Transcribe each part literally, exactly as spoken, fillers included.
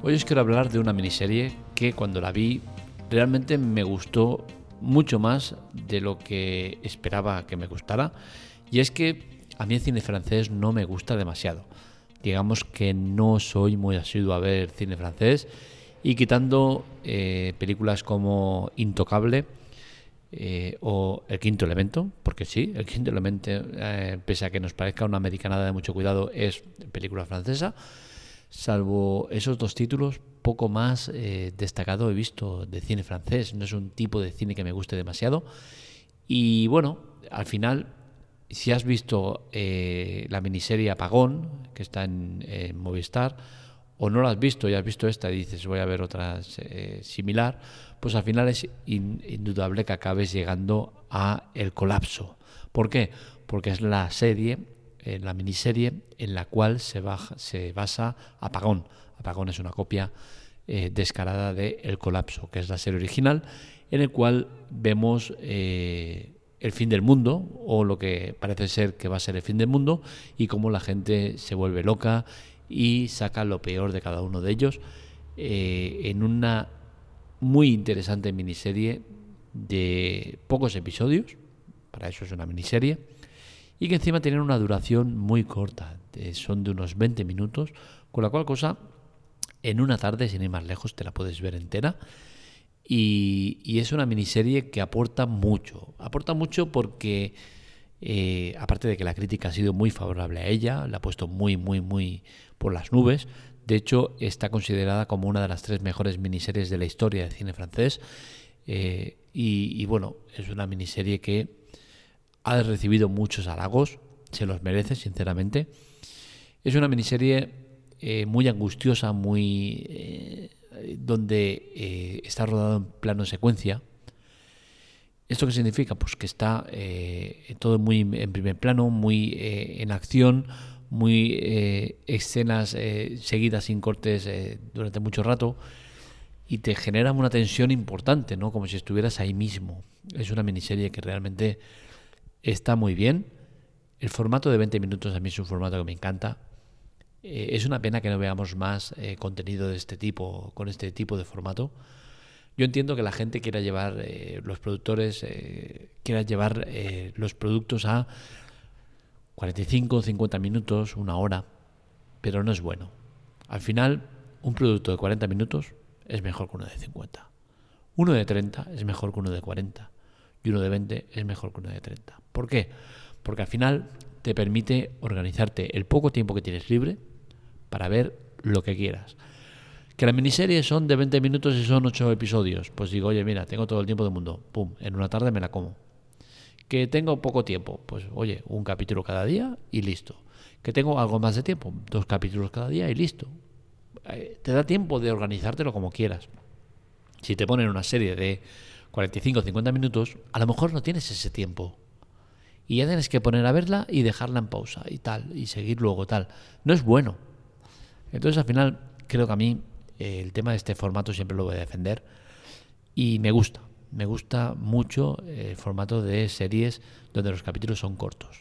Hoy os quiero hablar de una miniserie que cuando la vi realmente me gustó mucho más de lo que esperaba que me gustara, y es que a mí el cine francés no me gusta demasiado. Digamos que no soy muy asiduo a ver cine francés, y quitando eh, películas como Intocable eh, o El Quinto Elemento, porque sí, El Quinto Elemento, eh, pese a que nos parezca una americanada de mucho cuidado, es película francesa. Salvo esos dos títulos, poco más eh, destacado he visto de cine francés. No es un tipo de cine que me guste demasiado. Y bueno, al final, si has visto eh, la miniserie Apagón, que está en, en Movistar, o no la has visto y has visto esta y dices voy a ver otra eh, similar, pues al final es in, indudable que acabes llegando a El Colapso. ¿Por qué? Porque es la serie, eh, la miniserie en la cual se, baja, se basa Apagón. Apagón es una copia eh, descarada de El Colapso, que es la serie original, en el cual vemos eh, el fin del mundo, o lo que parece ser que va a ser el fin del mundo, y cómo la gente se vuelve loca y saca lo peor de cada uno de ellos eh, en una muy interesante miniserie de pocos episodios. Para eso es una miniserie, y que encima tienen una duración muy corta, de, son de unos veinte minutos, con la cual cosa en una tarde, sin ir más lejos, te la puedes ver entera. Y, y es una miniserie que aporta mucho, aporta mucho porque eh, aparte de que la crítica ha sido muy favorable a ella, la ha puesto muy, muy, muy por las nubes. De hecho, está considerada como una de las tres mejores miniseries de la historia del cine francés. Eh, y, y bueno, es una miniserie que ha recibido muchos halagos, se los merece, sinceramente. Es una miniserie eh, muy angustiosa, muy eh, donde eh, está rodado en plano secuencia. ¿Esto qué significa? Pues que está eh, todo muy en primer plano, muy eh, en acción, muy eh, escenas eh, seguidas sin cortes eh, durante mucho rato, y te genera una tensión importante, ¿no? Como si estuvieras ahí mismo. Es una miniserie que realmente está muy bien. El formato de veinte minutos a mí es un formato que me encanta. Eh, es una pena que no veamos más eh, contenido de este tipo, con este tipo de formato. Yo entiendo que la gente quiera llevar, eh, los productores eh, quieran llevar eh, los productos a cuarenta y cinco, cincuenta minutos, una hora, pero no es bueno. Al final, un producto de cuarenta minutos es mejor que uno de cincuenta. Uno de treinta es mejor que uno de cuarenta. Y uno de veinte es mejor que uno de treinta. ¿Por qué? Porque al final te permite organizarte el poco tiempo que tienes libre para ver lo que quieras. Que las miniseries son de veinte minutos y son ocho episodios. Pues digo, oye, mira, tengo todo el tiempo del mundo. Pum, en una tarde me la como. Que tengo poco tiempo. Pues oye, un capítulo cada día y listo. Que tengo algo más de tiempo. Dos capítulos cada día y listo. Eh, te da tiempo de organizártelo como quieras. Si te ponen una serie de cuarenta y cinco o cincuenta minutos, a lo mejor no tienes ese tiempo. Y ya tienes que poner a verla y dejarla en pausa y tal. Y seguir luego tal. No es bueno. Entonces al final creo que a mí eh, el tema de este formato siempre lo voy a defender, y me gusta, me gusta mucho el formato de series donde los capítulos son cortos.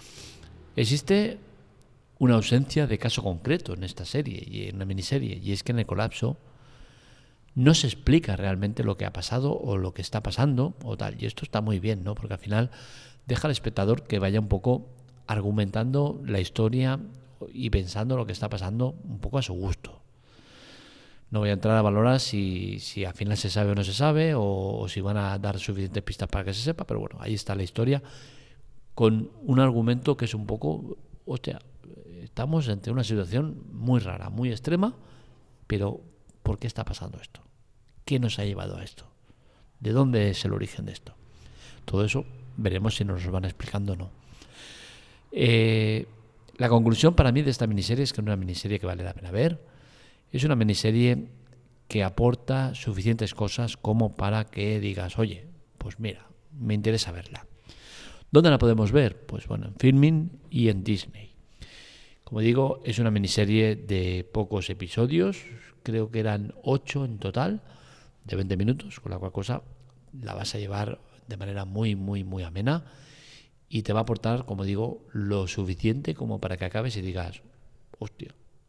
Existe una ausencia de caso concreto en esta serie y en una miniserie, y es que en El Colapso no se explica realmente lo que ha pasado o lo que está pasando o tal, y esto está muy bien, ¿no? Porque al final deja al espectador que vaya un poco argumentando la historia y pensando lo que está pasando un poco a su gusto. No voy a entrar a valorar si, si al final se sabe o no se sabe, o, o si van a dar suficientes pistas para que se sepa, pero bueno, ahí está la historia, con un argumento que es un poco, hostia, estamos ante una situación muy rara, muy extrema, pero ¿por qué está pasando esto? ¿Qué nos ha llevado a esto? ¿De dónde es el origen de esto? Todo eso veremos si nos lo van explicando o no. Eh, la conclusión para mí de esta miniserie es que es una miniserie que vale la pena ver. Es una miniserie que aporta suficientes cosas como para que digas, oye, pues mira, me interesa verla. ¿Dónde la podemos ver? Pues bueno, en Filmin y en Disney. Como digo, es una miniserie de pocos episodios, creo que eran ocho en total, de veinte minutos, con la cual cosa la vas a llevar de manera muy, muy, muy amena, y te va a aportar, como digo, lo suficiente como para que acabes y digas, hostia,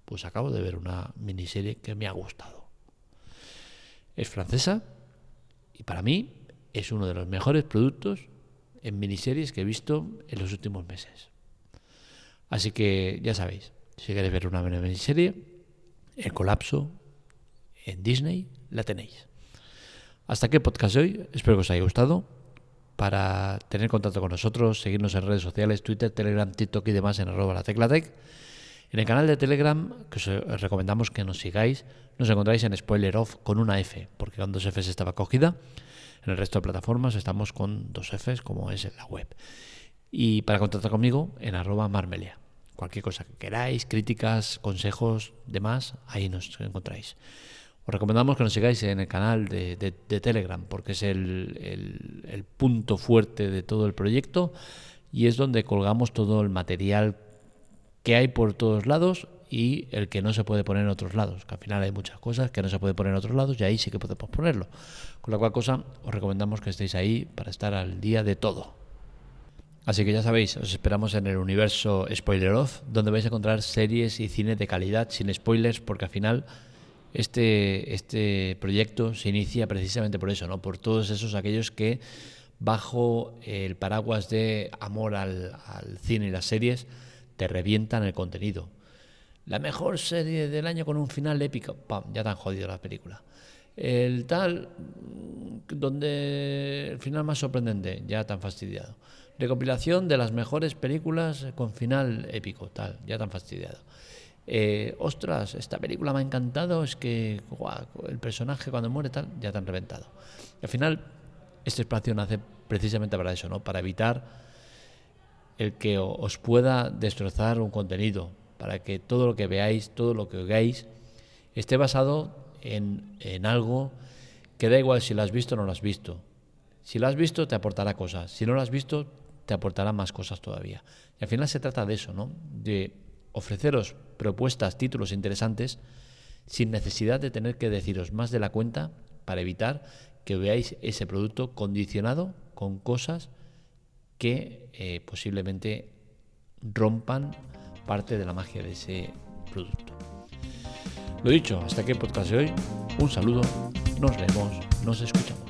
Pues acabo de ver una miniserie que me ha gustado. Es francesa y para mí es uno de los mejores productos en miniseries que he visto en los últimos meses. Así que ya sabéis, si queréis ver una miniserie, El Colapso en Disney la tenéis. Hasta aquí el podcast de hoy, espero que os haya gustado. Para tener contacto con nosotros, seguirnos en redes sociales, Twitter, Telegram, TikTok y demás en arroba la teclatec. En el canal de Telegram, que os recomendamos que nos sigáis, nos encontráis en Spoiler Off con una F, porque con dos Fs estaba cogida. En el resto de plataformas estamos con dos Fs, como es en la web. Y para contactar conmigo, en arroba marmelia. Cualquier cosa que queráis, críticas, consejos, demás, ahí nos encontráis. Os recomendamos que nos sigáis en el canal de, de, de Telegram, porque es el, el, el punto fuerte de todo el proyecto y es donde colgamos todo el material que hay por todos lados y el que no se puede poner en otros lados, que al final hay muchas cosas que no se puede poner en otros lados y ahí sí que podemos ponerlo. Con la cual cosa os recomendamos que estéis ahí para estar al día de todo. Así que ya sabéis, os esperamos en el universo Spoiler Off, donde vais a encontrar series y cine de calidad sin spoilers, porque al final Este, este proyecto se inicia precisamente por eso, ¿no? Por todos esos aquellos que bajo el paraguas de amor al, al cine y las series te revientan el contenido. La mejor serie del año con un final épico, ¡pam!, ya te han jodido la película. El tal, donde el final más sorprendente, ya te han fastidiado. Recopilación de las mejores películas con final épico, tal, ya te han fastidiado. Eh, ostras, esta película me ha encantado, es que guau, el personaje cuando muere tal, ya te han reventado. Al final, este espacio nace precisamente para eso, ¿no? Para evitar el que os pueda destrozar un contenido, para que todo lo que veáis, todo lo que oigáis, esté basado en, en algo que da igual si lo has visto o no lo has visto. Si lo has visto, te aportará cosas. Si no lo has visto, te aportará más cosas todavía. Y al final se trata de eso, ¿no? De ofreceros propuestas, títulos interesantes, sin necesidad de tener que deciros más de la cuenta para evitar que veáis ese producto condicionado con cosas que eh, posiblemente rompan parte de la magia de ese producto. Lo dicho, hasta aquí el podcast de hoy. Un saludo, nos vemos, nos escuchamos.